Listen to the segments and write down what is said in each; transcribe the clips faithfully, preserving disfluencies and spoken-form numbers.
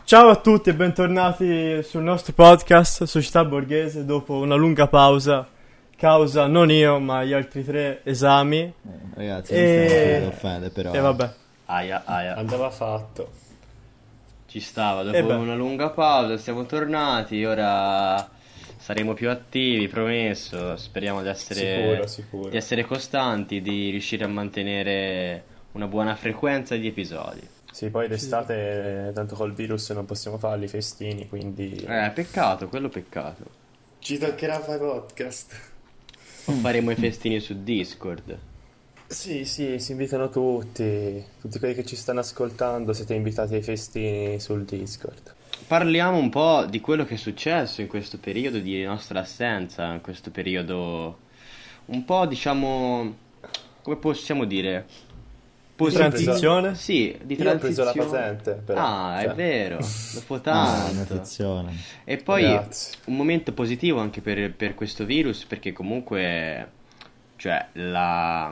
Ciao a tutti e bentornati sul nostro podcast Società Borghese dopo una lunga pausa, causa non io ma gli altri tre esami. Eh, ragazzi, E- non stiamo offendere però. E vabbè, Aia, aia. Andava fatto. Ci stava, E dopo beh. una lunga pausa siamo tornati, ora saremo più attivi, promesso. Speriamo di essere, Sicuro, sicuro. di essere costanti, di riuscire a mantenere una buona frequenza di episodi. Sì, poi d'estate, tanto col virus non possiamo farli i festini, quindi Eh, peccato, quello peccato. ci toccherà fare podcast. O faremo i festini su Discord. Sì, sì, si invitano tutti, tutti quelli che ci stanno ascoltando, siete invitati ai festini sul Discord. Parliamo un po' di quello che è successo in questo periodo di nostra assenza, in questo periodo un po', diciamo, come possiamo dire? Positivo. transizione? Sì, di Io ho preso la transizione. patente, però. Ah, cioè. è vero, dopo Ah, tanto. un'affezione. E poi Grazie. un momento positivo anche per, per questo virus, perché comunque, cioè, la,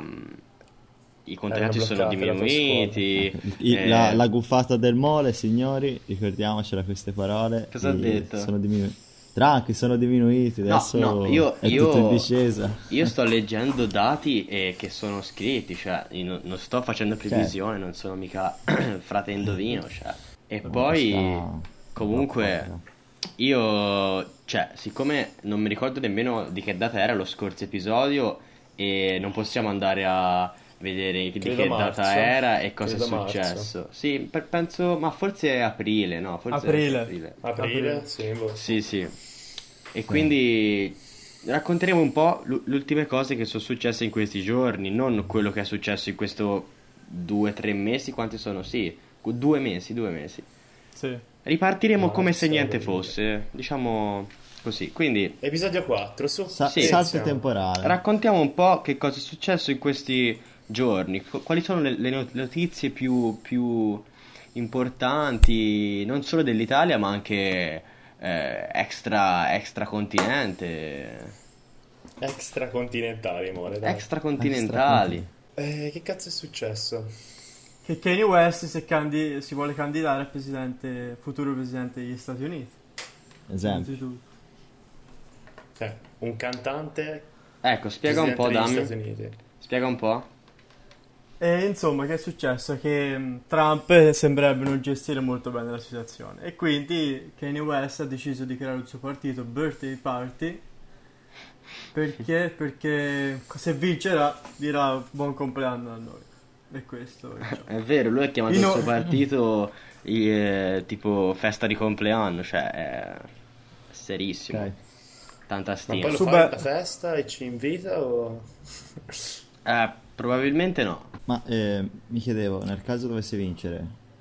i contagi sono bloccate la tua diminuiti. Il- eh, la, la guffata del mole, signori, ricordiamocela queste parole. Cosa ha i- detto? Sono diminuiti. Tranqui, sono diminuiti. No, Adesso no, io, è io- tutto in discesa. io sto leggendo dati eh, che sono scritti, cioè io non, non sto facendo previsione, non sono mica frate indovino, cioè. E poi sta- comunque no, io, cioè, siccome non mi ricordo nemmeno di che data era lo scorso episodio e non possiamo andare a vedere di Credo che marzo. data era e cosa è Credo marzo. successo. Sì, per- penso, ma forse è aprile, no? Forse è Aprile. aprile. Aprile? Aprile. Sì, boh. Sì, sì. E quindi racconteremo un po' l- le ultime cose che sono successe in questi giorni, non quello che è successo in questo due, tre mesi, quanti sono? Sì, due mesi, due mesi. Sì. Ripartiremo Marzo, come se niente aprile. fosse, diciamo così. Quindi Episodio quattro, su. Sa- Sì. salto Iniziamo. temporale. raccontiamo un po' che cosa è successo in questi giorni, qu- quali sono le, le not- notizie più, più importanti, non solo dell'Italia, ma anche eh, extra, extracontinente, Extracontinentali, mole, dai. extracontinentali. Eh, che cazzo è successo? Che Kanye West si, è candi- si vuole candidare a presidente, futuro presidente degli Stati Uniti. Esempio. Innanzitutto. Eh, un cantante Ecco, spiega un po', presidente degli dammi. Stati Uniti. Spiega un po'. E insomma, che è successo? Che mh, Trump sembrerebbe non gestire molto bene la situazione e quindi Kanye West ha deciso di creare il suo partito Birthday Party. Perché? Perché se vincerà dirà buon compleanno a noi. E questo diciamo. È vero, lui ha chiamato Io il no- suo partito eh, tipo festa di compleanno, cioè è serissimo. Ok. Tanta Ma stima. poi lo Su- fa beh- la festa e ci invita o... Eh, probabilmente no. Ma eh, mi chiedevo, nel caso dovesse vincere,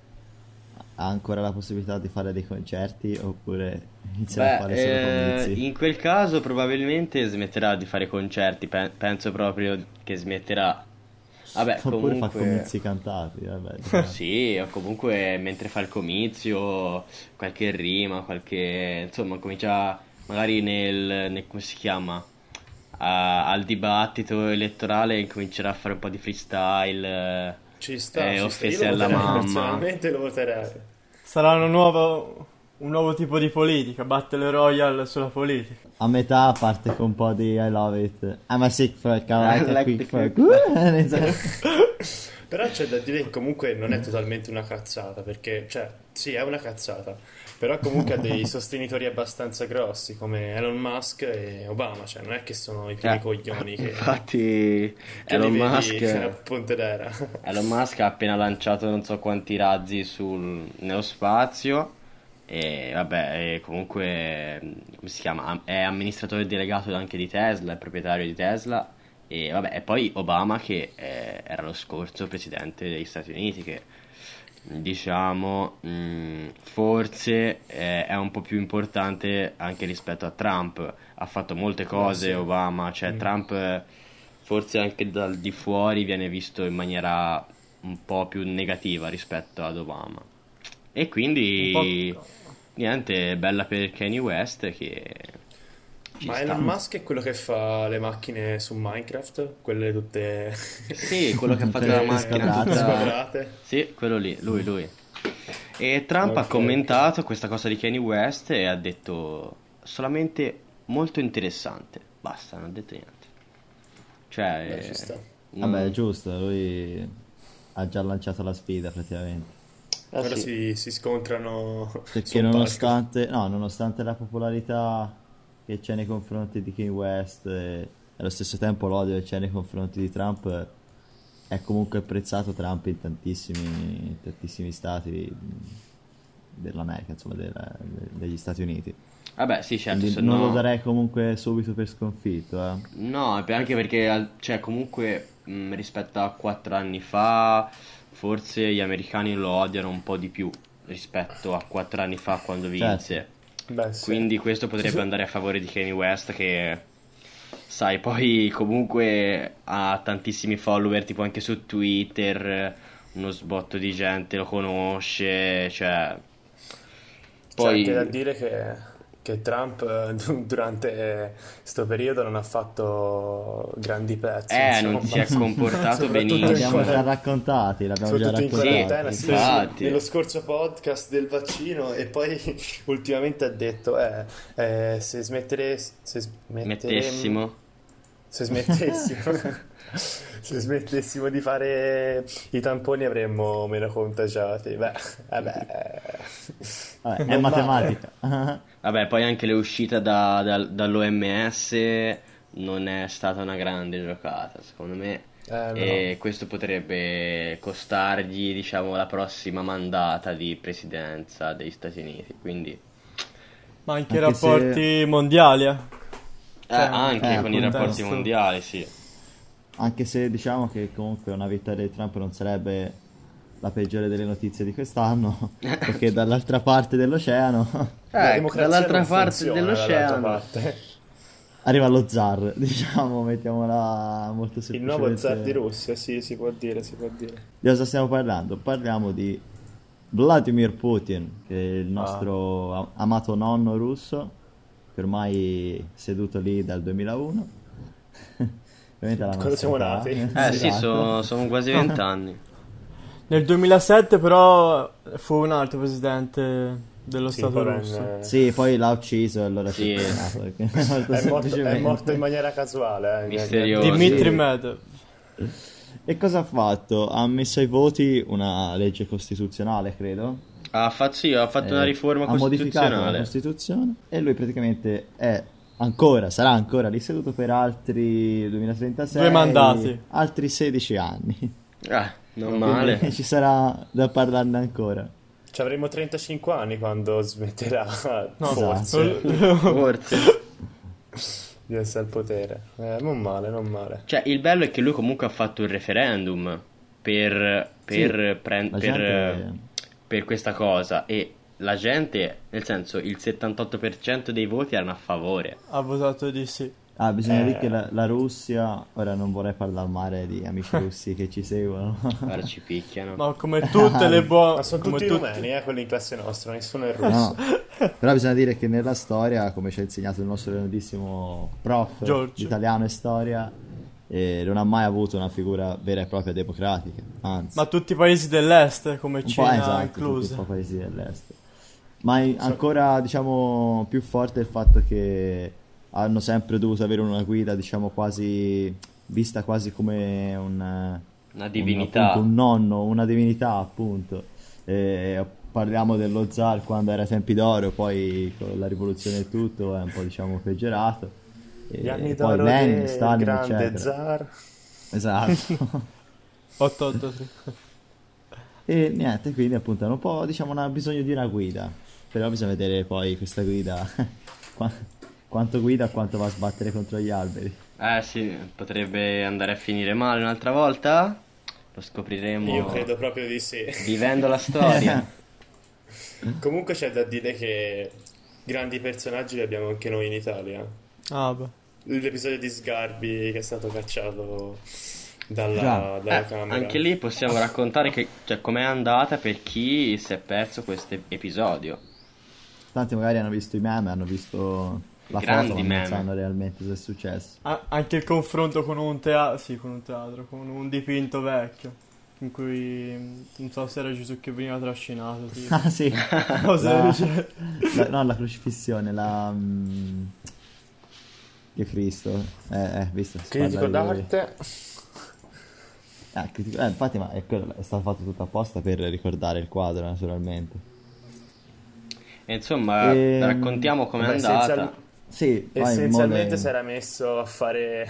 ha ancora la possibilità di fare dei concerti oppure inizierà a Beh, fare solo eh, comizi? in quel caso probabilmente smetterà di fare concerti, pe- penso proprio che smetterà. Vabbè, Oppure fa comunque comizi cantati, vabbè. dai. sì, o comunque mentre fa il comizio, qualche rima, qualche insomma, comincia magari nel, nel- come si chiama? A- al dibattito elettorale incomincerà a fare un po' di freestyle. Ci sta, Eh, ci sta. offese Io lo alla voterei, mamma. personalmente lo voterei. Sarà una nuova, un nuovo tipo di politica, Battle Royale sulla politica. A metà parte con un po' di I love it. I'm a sick fuck, I like, I like a quick the fuck. quick Uh, esatto. Però c'è da dire che comunque non è totalmente una cazzata, perché, cioè, sì, è una cazzata, però comunque ha dei sostenitori abbastanza grossi, come Elon Musk e Obama, cioè non è che sono i primi Eh, coglioni che, Infatti che Elon li vedi Musk a Pontedera. Elon Musk ha appena lanciato non so quanti razzi sul, nello spazio e vabbè, e comunque come si chiama? È amministratore delegato anche di Tesla, è proprietario di Tesla e vabbè, e poi Obama che eh, era lo scorso presidente degli Stati Uniti che diciamo mh, forse eh, è un po' più importante anche rispetto a Trump. Ha fatto molte cose sì. Obama, cioè Trump eh, forse anche dal di fuori viene visto in maniera un po' più negativa rispetto ad Obama. E quindi Un po'- niente, bella per Kanye West che ci Ma sta. Elon Musk è quello che fa le macchine su Minecraft, quelle tutte Sì, quello che ha fatto Quelle la macchina squadrate. tutta... squadrate. Sì, quello lì, lui, lui. E Trump ha Ok, commentato questa cosa di Kanye West e ha detto solamente molto interessante. Basta, non ha detto niente. Cioè, Beh, ci sta. eh, Vabbè, non- è giusto, lui ha già lanciato la sfida praticamente. Ah, Ora sì. si, si scontrano Perché su un palco. nonostante, no, nonostante la popolarità che c'è nei confronti di Kanye West e, e allo stesso tempo l'odio che c'è nei confronti di Trump, è comunque apprezzato Trump in tantissimi, in tantissimi stati dell'America, insomma, della- de- degli Stati Uniti. Vabbè, sì, certo, Quindi se non lo no... darei comunque subito per sconfitto, eh. No, anche perché, al- cioè, comunque, mh, rispetto a quattro anni fa, forse gli americani lo odiano un po' di più rispetto a quattro anni fa quando vinse. Beh, sì. Quindi questo potrebbe andare a favore di Kanye West che, sai, poi comunque ha tantissimi follower, tipo anche su Twitter, uno sbotto di gente lo conosce, cioè... C'è anche da Poi... dire che, che Trump eh, du- durante questo periodo non ha fatto grandi pezzi, Eh, non insomma. si è comportato Soprattutto benissimo. in L'abbiamo già quarantena. raccontati, l'abbiamo già Soprattutto in Sì, quarantena, raccontati. sì, sì, infatti. nello scorso podcast del vaccino e poi ultimamente ha detto eh, eh, se smettere, se smetteremo, Mettessimo. se smettessimo se smettessimo di fare i tamponi avremmo meno contagiati. Beh, vabbè, Vabbè, è non male. matematica. Vabbè, poi anche l'uscita da, dal- dall'O M S non è stata una grande giocata, secondo me. Eh, no. E questo potrebbe costargli, diciamo, la prossima mandata di presidenza degli Stati Uniti. Quindi, Ma anche i Anche se- rapporti mondiali, eh. eh, Cioè, anche eh, con i contesto. rapporti mondiali, sì. Anche se diciamo che comunque una vittoria di Trump non sarebbe la peggiore delle notizie di quest'anno, perché dall'altra parte dell'oceano La Eh, democrazia dall'altra non parte funziona, dell'oceano. dall'altra parte. arriva lo zar, diciamo, mettiamola molto Il semplicemente. nuovo zar di Russia, sì, si può dire, si può dire. Di cosa stiamo parlando? Parliamo di Vladimir Putin, che è il nostro a- amato nonno russo, che ormai è seduto lì dal duemilauno. Ovviamente la Quando nostra siamo età. nati. Eh sì, Esatto. sono, sono quasi vent'anni. Nel duemilasette però fu un altro presidente dello Sì, Stato però, russo. eh, Sì, poi l'ha ucciso e allora si è Sì. fermato, perché molto È morto, è semplicemente. morto in maniera casuale. Eh. Misterioso. Dimitri sì. Medvedev. E cosa ha fatto? Ha messo ai voti una legge costituzionale, credo. Ha fatto, sì, ha fatto una Eh, riforma ha modificato la costituzionale. Costituzione e lui praticamente è ancora, sarà ancora lì seduto per altri duemilatrentasei, Due mandati. altri sedici anni. Ah, non Quindi male. ci sarà da parlarne ancora. Ci avremo trentacinque anni quando smetterà, No, forse, Forse. di essere al potere. Eh, non male, non male. Cioè, il bello è che lui comunque ha fatto il referendum per, per, Sì, pren- la per, gente- per questa cosa e la gente, nel senso, il settantotto per cento dei voti erano a favore. Ha votato di sì. Ah, bisogna Eh. dire che la, la Russia, ora non vorrei parlare male di amici russi che ci seguono. Ora ci picchiano. Ma come tutte le Ma buone... sono come tutti tutti- rumeni, eh, quelli in classe nostra, nessuno è No, russo. no. Però bisogna dire che nella storia, come ci ha insegnato il nostro grandissimo prof Giorgio. di italiano e storia, eh, non ha mai avuto una figura vera e propria democratica, anzi, Ma tutti i paesi dell'est, come un po' Cina esatto, incluse. tutti i paesi dell'est. Ma è ancora, diciamo, più forte il fatto che hanno sempre dovuto avere una guida, diciamo, quasi vista quasi come un, Una un, divinità. appunto, un nonno, una divinità, appunto. E parliamo dello zar quando era ai tempi d'oro, poi con la rivoluzione e tutto è un po', diciamo, peggiorato. E Gli anni poi d'oro Lenin, del Stalin, grande eccetera. zar. Esatto. otto otto sì. E niente, quindi appunto hanno un po', diciamo, una- bisogno di una guida. Però bisogna vedere poi questa guida qua- quanto guida e quanto va a sbattere contro gli alberi. Eh sì, potrebbe andare a finire male un'altra volta. Lo scopriremo Io credo proprio di sì. vivendo la storia. Comunque c'è da dire che grandi personaggi li abbiamo anche noi in Italia. Ah, beh. L'episodio di Sgarbi che è stato cacciato dalla, Già. dalla Eh, Camera. anche lì possiamo raccontare che, cioè, com'è andata per chi si è perso questo episodio. Tanti magari hanno visto i meme, hanno visto la Grandi foto, ma meme. non sanno realmente cosa è successo. A- anche il confronto con un teatro, sì, con un teatro, con un dipinto vecchio. in cui non so se era Gesù che veniva trascinato, tipo. Ah sì, Cose la, del genere. la- no, la crocifissione, la... mm, che Cristo, eh, eh, visto, si Critico parla di lui. d'arte. Eh, critico- eh, infatti, ma è, quello- è stato fatto tutto apposta per ricordare il quadro, naturalmente. E insomma, Ehm, raccontiamo com'è Vabbè, andata. essenzial- Sì, poi Essenzialmente mo si era messo a fare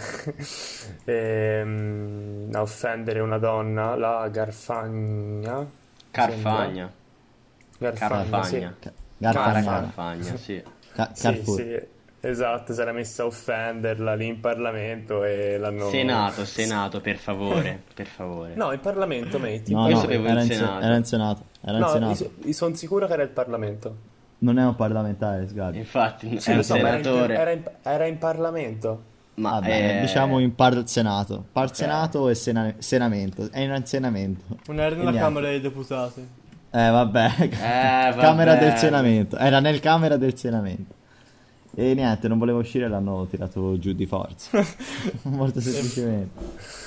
ehm, a offendere una donna, la Garfagna. Carfagna. sembra. Garfagna, sì. Carfagna. Ca- Cara Garfagnana. Carfagna, sì. Ca- Sì, Carrefour. sì, esatto, si era messo a offenderla lì in Parlamento e l'hanno... Senato, Senato, per favore, per favore. No, in Parlamento, mate. in No, Io no, sapevo era in in, se- Senato. era in Senato. Era in No, Senato. io, sono sicuro che era il Parlamento. Non è un parlamentare, Sgarbi. Infatti, Sì, è lo un so, ma era in, senatore. era in- era in Parlamento. Ma Vabbè, è- diciamo in par Senato. Par Ok. Senato e sena- Senamento. È in ansenamento. Non era E nella niente. Camera dei Deputati. Eh, vabbè. vabbè. Camera del Senamento. Era nel Camera del Senamento. E niente, non voleva uscire e l'hanno tirato giù di forza. Molto semplicemente.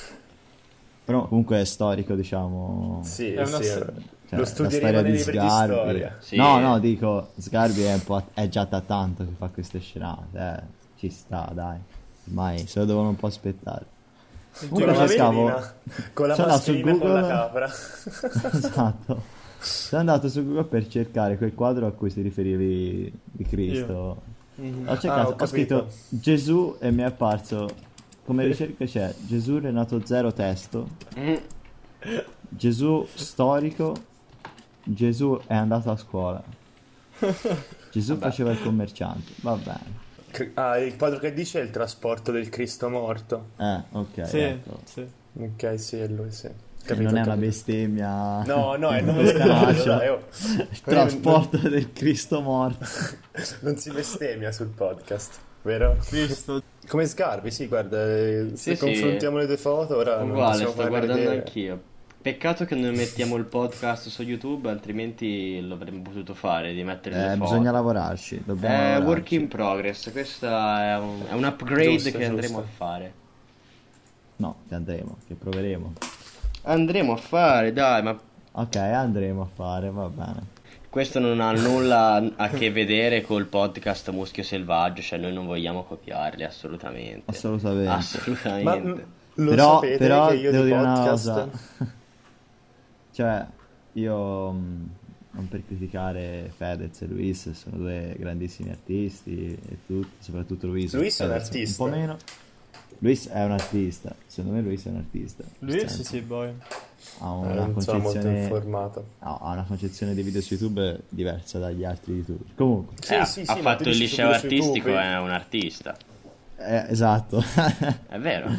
Però comunque è storico, diciamo. Sì, È una sì. sto- Cioè, Lo la studieremo storia nei di libri di Sgarbi. storia. Sì. No, no, dico, Sgarbi è un po' è già da tanto che fa queste scenate. Eh, ci sta, dai. Ormai se lo devono un po' aspettare. Con Comunque la cercavo- mascherina, con la sono andato su mascherina con la Google. capra. Esatto. Sono andato su Google per cercare quel quadro a cui si riferivi di Cristo. Mhm. Ho cercato, Ah, ho ho scritto capito. Gesù e mi è apparso come ricerca c'è Gesù Renato Zero testo, Mm. Gesù storico, Gesù è andato a scuola, Gesù Vabbè. faceva il commerciante, va bene. Cri- Ah, il quadro che dice è il trasporto del Cristo morto. Eh, ok, Sì, ecco. sì. Ok, sì, è lui, sì. Che Capito, non è una capito. bestemmia. No, no, è non Pescaraccio. dai, oh. Il trasporto del Cristo morto. Non si bestemmia sul podcast, vero? Visto. Come Sgarbi, sì, guarda, eh, se Sì, sì. confrontiamo le due foto ora non Uguale, possiamo sto fare guardando vedere. anch'io. Peccato che non mettiamo il podcast su YouTube, altrimenti lo avremmo potuto fare, di mettere le Eh, foto. bisogna lavorarci, dobbiamo È lavorarci. work in progress, questa è un, è un upgrade Giusto, che andremo giusto. a fare. No, che andremo, che proveremo. Andremo a fare, dai, ma Ok, andremo a fare, va bene. questo non ha nulla a che vedere col podcast Muschio Selvaggio, cioè noi non vogliamo copiarli assolutamente. Assolutamente. Ma Assolutamente. mm, lo però, sapete però che io devo di dire una podcast... cosa. Cioè, io mh, non per criticare Fedez e Luis, sono due grandissimi artisti e tutti, soprattutto Luis. Luis è un Fedez artista. Un po' meno. Luis è un artista, secondo me Luis è un artista. nel Lui sì, senso, sì, boy. Ha Eh, una non sono molto concezione informato. no, ha una concezione di video su YouTube diversa dagli altri youtuber. Comunque, Sì, Eh, sì, ha sì, ma tu fatto il dici liceo subito su artistico, YouTube. è un artista. eh, esatto. È vero.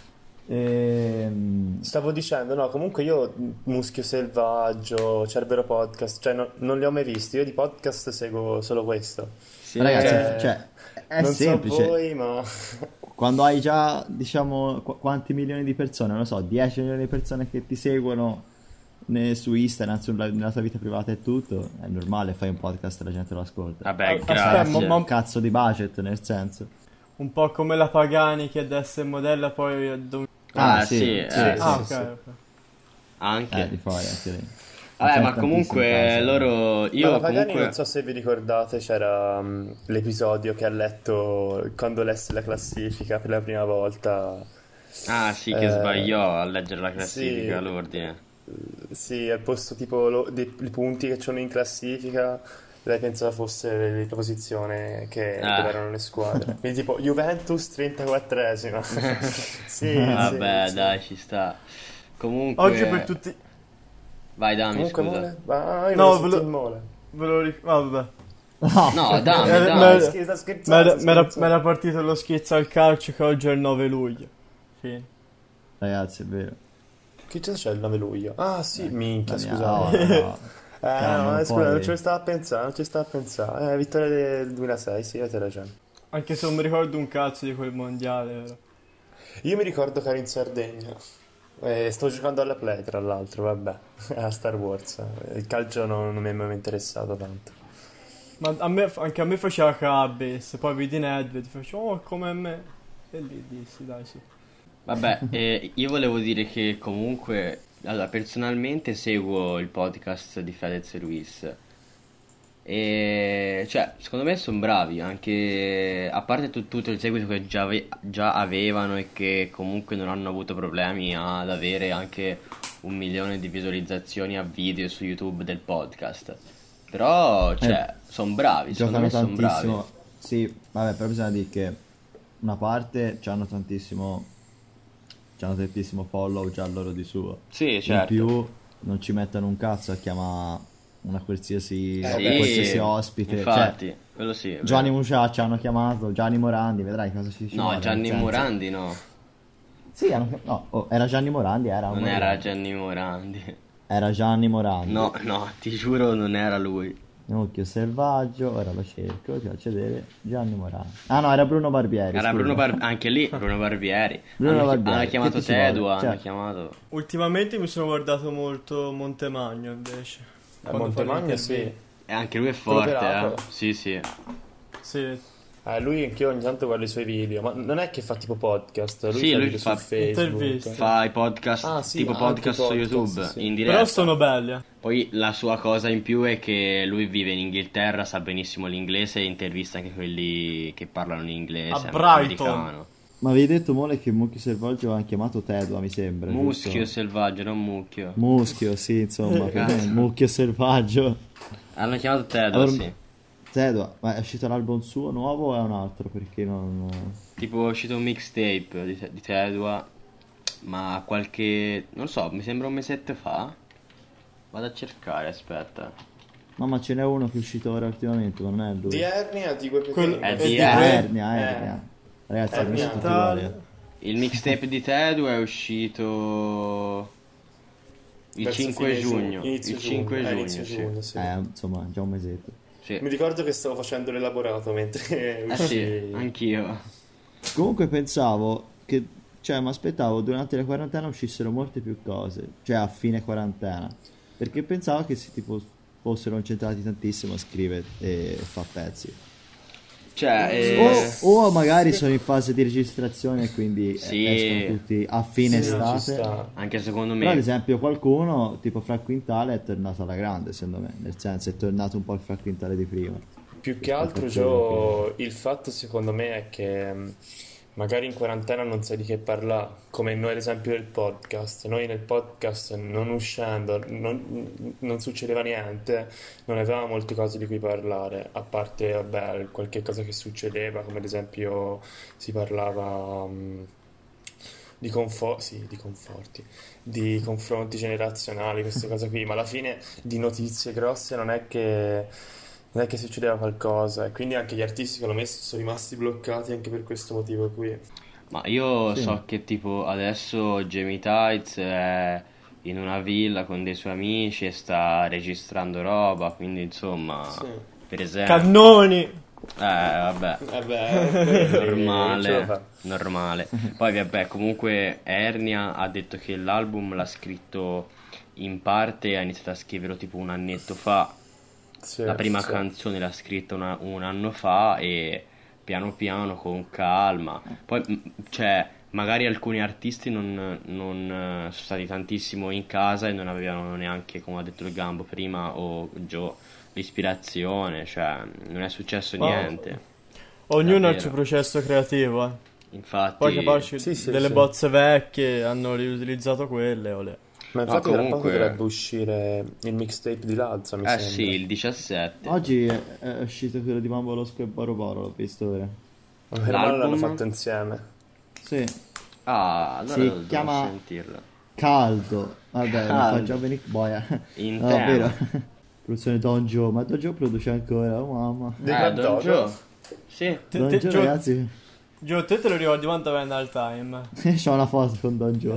Ehm, Stavo dicendo, no, comunque io Muschio Selvaggio, Cerbero Podcast, cioè no- non li ho mai visti, io di podcast seguo solo questo. Sì, Ragazzi, eh, cioè, è non semplice. so voi, ma Quando hai già, diciamo, qu- quanti milioni di persone, non lo so, dieci milioni di persone che ti seguono ne- su Instagram, sulla, nella tua vita privata e tutto, è normale, fai un podcast e la gente lo ascolta. Vabbè, Aspetta, grazie. mo- C'è mo- un cazzo di budget, nel senso. Un po' come la Pagani che adesso è modella poi è dov- Ah, Ah, sì, sì, eh, sì, sì. Ah, sì, ok, sì. ok. Anche. Eh, di fuori anche lì. Vabbè, C'è ma tantissimi comunque casi. loro... Io Allora, Pagani comunque... non so se vi ricordate, c'era mm, l'episodio che ha letto quando lesse la classifica per la prima volta. Ah, sì, che Eh, sbagliò a leggere la classifica, sì. l'ordine. Sì, al posto tipo lo- dei i punti che c'hanno in classifica, lei pensava fosse la posizione che Ah. dove erano le squadre. Quindi tipo Juventus trentaquattresima. Sì, Vabbè, sì, sì. dai, ci sta. Comunque... Oggi per tutti... Vai, dammi, Comunque scusa. mole? Ma io No, non ve sento lo- il mole. Ve lo ric- ah, vabbè. No, No, dammi, Eh, dammi. ma- Scherzo, sta scherzando, Mi era- sta mi era- scherzando. mi era partito lo scherzo al calcio che oggi è il nove luglio. Fine. ragazzi, è vero. Che c'è il nove luglio? Ah, sì, minchia, Daniele, scusate. no, no. Eh, Calma, no, non eh, scusa, non puoi- ce ne stavo a pensare, non ci stavo a pensare. Eh, vittoria del duemilasei, sì, avete ragione. Anche se non mi ricordo un cazzo di quel mondiale, vero? Io mi ricordo che ero in Sardegna. Eh, sto giocando alla Play, tra l'altro, vabbè, a Star Wars. Il calcio non, non mi è mai interessato tanto. Ma a me, anche a me faceva cabes, poi vedi Nedved, facevo, oh, come me. E lì dissi, dai, sì. Vabbè, eh, io volevo dire che comunque, allora, personalmente seguo il podcast di Fedez e Luis e cioè, secondo me sono bravi, anche a parte tu- tutto il seguito che già, ave- già avevano e che comunque non hanno avuto problemi ad avere anche un milione di visualizzazioni a video su YouTube del podcast. Però, cioè, sono bravi, secondo me Giocano sono bravi. tantissimo. Sì, vabbè, però bisogna dire che una parte c'hanno tantissimo, c'hanno tantissimo follow già loro di suo. Sì, In certo. più non ci mettono un cazzo a chiamare una qualsiasi, Eh, Sì, qualsiasi ospite. infatti, Cioè, quello sì, è vero. Gianni Muciacci hanno chiamato, Gianni Morandi, vedrai cosa ci ci No, vuole, Gianni nel senso- Morandi no, Sì, hanno chiam- no, oh, era Gianni Morandi, era un non era Morandi. Gianni Morandi. Era Gianni Morandi. No, no, ti giuro non era lui. Occhio selvaggio, ora lo cerco, ti faccio vedere. Gianni Morandi. Ah no, era Bruno Barbieri. Era scusa. Bruno Bar- anche lì Bruno Barbieri. Bruno hanno, Barbieri, hanno chiamato che ti ci vuole? Tedua, hanno Certo. chiamato... Ultimamente mi sono guardato molto Montemagno invece. A quando fa Montemagno l'intervista. sì. E anche lui è forte, eh. Properato. Sì, sì. Sì, Eh, lui anch'io ogni tanto guardo i suoi video, ma non è che fa tipo podcast, lui Sì, fa lui video fa su Facebook. interviste. Fa i podcast, Ah, sì, tipo anche podcast su podcast, YouTube, sì. in diretta. però sono belli. eh. Poi la sua cosa in più è che lui vive in Inghilterra, sa benissimo l'inglese e intervista anche quelli che parlano in inglese, A Brighton. americano. Ma avevi detto Mole che Mucchio Selvaggio aveva chiamato Tedua, mi sembra. Muschio giusto? selvaggio, non mucchio. Muschio, sì, insomma. Cazzo. Mucchio Selvaggio. Hanno chiamato Tedua, Allora, sì. Tedua, ma è uscito l'album suo nuovo o è un altro? Perché non... Tipo è uscito un mixtape di, di Tedua, ma qualche... non so, mi sembra un mesetto fa. Vado a cercare, aspetta. Mamma, ce n'è uno che è uscito ora ultimamente, ma non è lui. Di Ernia, di quei Quel- È è di di Ah, que- Ernia, Eh. Ernia. Ragazzi, Ernia. questo ti Tal- vuole. Il mixtape di Tedua è uscito il Verso cinque fine giugno. inizio Il cinque giugno, eh, giugno, inizio sì. giugno, sì. Eh, insomma, già un mesetto. Sì. Mi ricordo che stavo facendo l'elaborato mentre Eh uscì. sì, anch'io. Comunque pensavo che, cioè, mi aspettavo durante la quarantena uscissero molte più cose, cioè a fine quarantena, perché pensavo che si tipo fossero concentrati tantissimo a scrivere e fa pezzi. Cioè, eh, O, o magari sono in fase di registrazione e quindi eh, Sì. escono tutti a fine Sì, ci estate. sta. anche secondo Però ad me esempio qualcuno, tipo Fra Quintale, è tornato alla grande, secondo me, nel senso è tornato un po' il Fra Quintale di prima. Più che altro, Gio, il fatto secondo me è che mh, magari in quarantena non sai di che parlare, come noi ad esempio nel podcast. Noi nel podcast non uscendo, non, non succedeva niente, non avevamo molte cose di cui parlare, a parte, vabbè, qualche cosa che succedeva, come ad esempio si parlava mh, di confo- sì, di conforti, di confronti generazionali, queste cose qui, ma alla fine di notizie grosse non è che non è che succedeva qualcosa, e quindi anche gli artisti secondo me sono rimasti bloccati anche per questo motivo qui. ma io Sì. so che tipo adesso Jamie Tights è in una villa con dei suoi amici e sta registrando roba, quindi insomma, Sì. per esempio, Cannoni! eh vabbè, Vabbè, normale, normale. Poi vabbè, comunque Ernia ha detto che l'album l'ha scritto in parte, ha iniziato a scriverlo tipo un annetto fa. La prima canzone l'ha scritta una- un anno fa e piano piano, con calma. Poi, m- cioè, magari alcuni artisti non, non, eh, sono stati tantissimo in casa e non avevano neanche, come ha detto il Gambo prima o Joe, l'ispirazione, cioè, non è successo Ma- niente. Ognuno ha il Davvero. suo processo creativo, eh. Infatti, Poi capaci Sì, sì, delle sì. bozze vecchie hanno riutilizzato quelle, olè. Ma infatti No, tra poco comunque- dovrebbe uscire il mixtape di Lazza, mi eh sembra. sì, il diciassette. Oggi è, è uscito quello di Mambo Losco e Boro Boro, l'ho visto ora. Ma meno male l'hanno L'album? fatto insieme. Sì, Ah, allora Si devo chiama- sentirlo. caldo. Vabbè, mi fa Caldo. già venire boia. In No, tema. vero. Produzione Don Joe, ma Don Joe produce ancora, oh mamma. Di Eh, Grand Don Dogo? Joe. Sì. Te- Don te- Joe, Gio- ragazzi, Gio, te te lo ricordi quanto venne al time? c'ho una foto con Don Joe.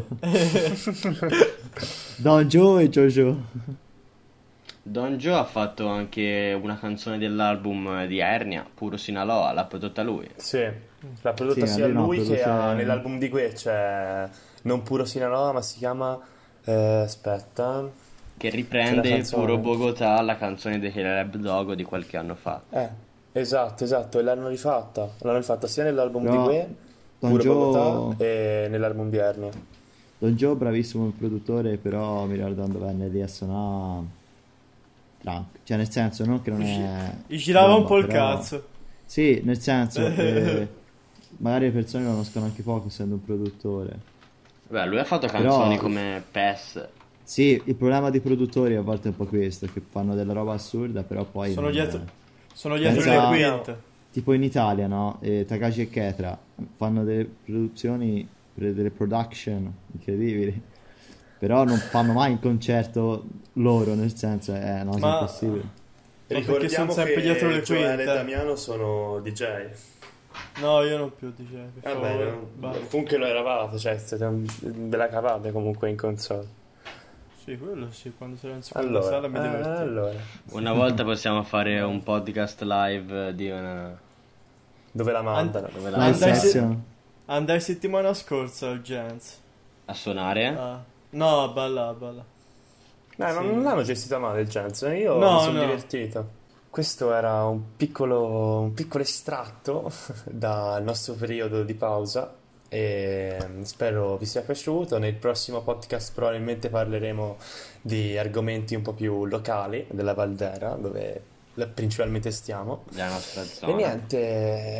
Don Joe e Jojo. Don Joe ha fatto anche una canzone dell'album di Ernia, Puro Sinaloa, l'ha prodotta lui. Sì, l'ha prodotta Sì, sia lui no, lui che produce- ha- nell'album di Gue c'è non Puro Sinaloa, ma si chiama eh, aspetta. Che C'è riprende la canzone. Puro Bogotà, la canzone dei Caleb Dogo di qualche anno fa. Eh, esatto, esatto, e l'hanno rifatta. L'hanno rifatta sia nell'album No. di Gue Don pure Joe, Bogotà e nell'Armon Viernia. Don Joe bravissimo il produttore, però mi ricordo quando venne lì a suonare Trunk. Cioè nel senso, non che non è... Gli girava un bomba, po' il però- cazzo. Sì, nel senso, eh, magari le persone lo conoscono anche poco essendo un produttore. Beh, lui ha fatto Però- canzoni come P E S. Sì, il problema dei produttori a volte è un po' questo, che fanno della roba assurda, però poi... Sono non- dietro, sono dietro Pensa- le quinte. Tipo in Italia, no? Eh, Takashi e Ketra fanno delle produzioni, pre- delle production incredibili, però non fanno mai il concerto loro, nel senso è una cosa Ma- impossibile. perché Ricordiamo sono sempre che dietro le Joele quinte. e Damiano sono D J. No, io non più, dice. Per Vabbè, favore, no, basta. comunque lo eravate, cioè siete un- ve la cavate comunque in console. Sì, quello sì, quando sarò in seconda Allora, sala mi eh, divertivo. allora, Una volta possiamo fare un podcast live di una... dove la mandano? dove la Live Andai- session. Andai settimana scorsa al Gens. a suonare. Ah. No, bella, bella. No, Sì. non, non l'hanno gestita male il Jensen, io No, mi sono no. divertito. Questo era un piccolo, un piccolo estratto dal nostro periodo di pausa e spero vi sia piaciuto. Nel prossimo podcast probabilmente parleremo di argomenti un po' più locali della Valdera, dove principalmente stiamo. Della nostra zona. E niente,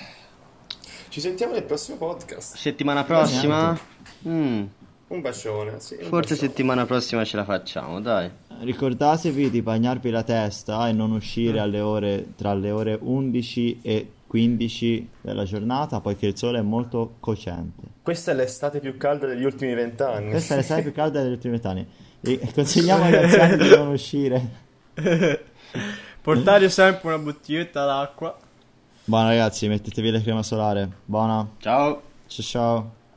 ci sentiamo nel prossimo podcast. Settimana prossima? Mm, Un bacione, sì, un forse bacione. settimana prossima ce la facciamo, dai. Ricordatevi di bagnarvi la testa e non uscire alle ore, tra le ore undici e quindici della giornata, poiché il sole è molto cocente. Questa è l'estate più calda degli ultimi vent'anni. Questa è l'estate più calda degli ultimi vent'anni. E consigliamo agli anziani di non uscire. Portare sempre una bottiglietta d'acqua. Buona ragazzi, mettetevi la crema solare. Buona. Ciao. Ciao ciao.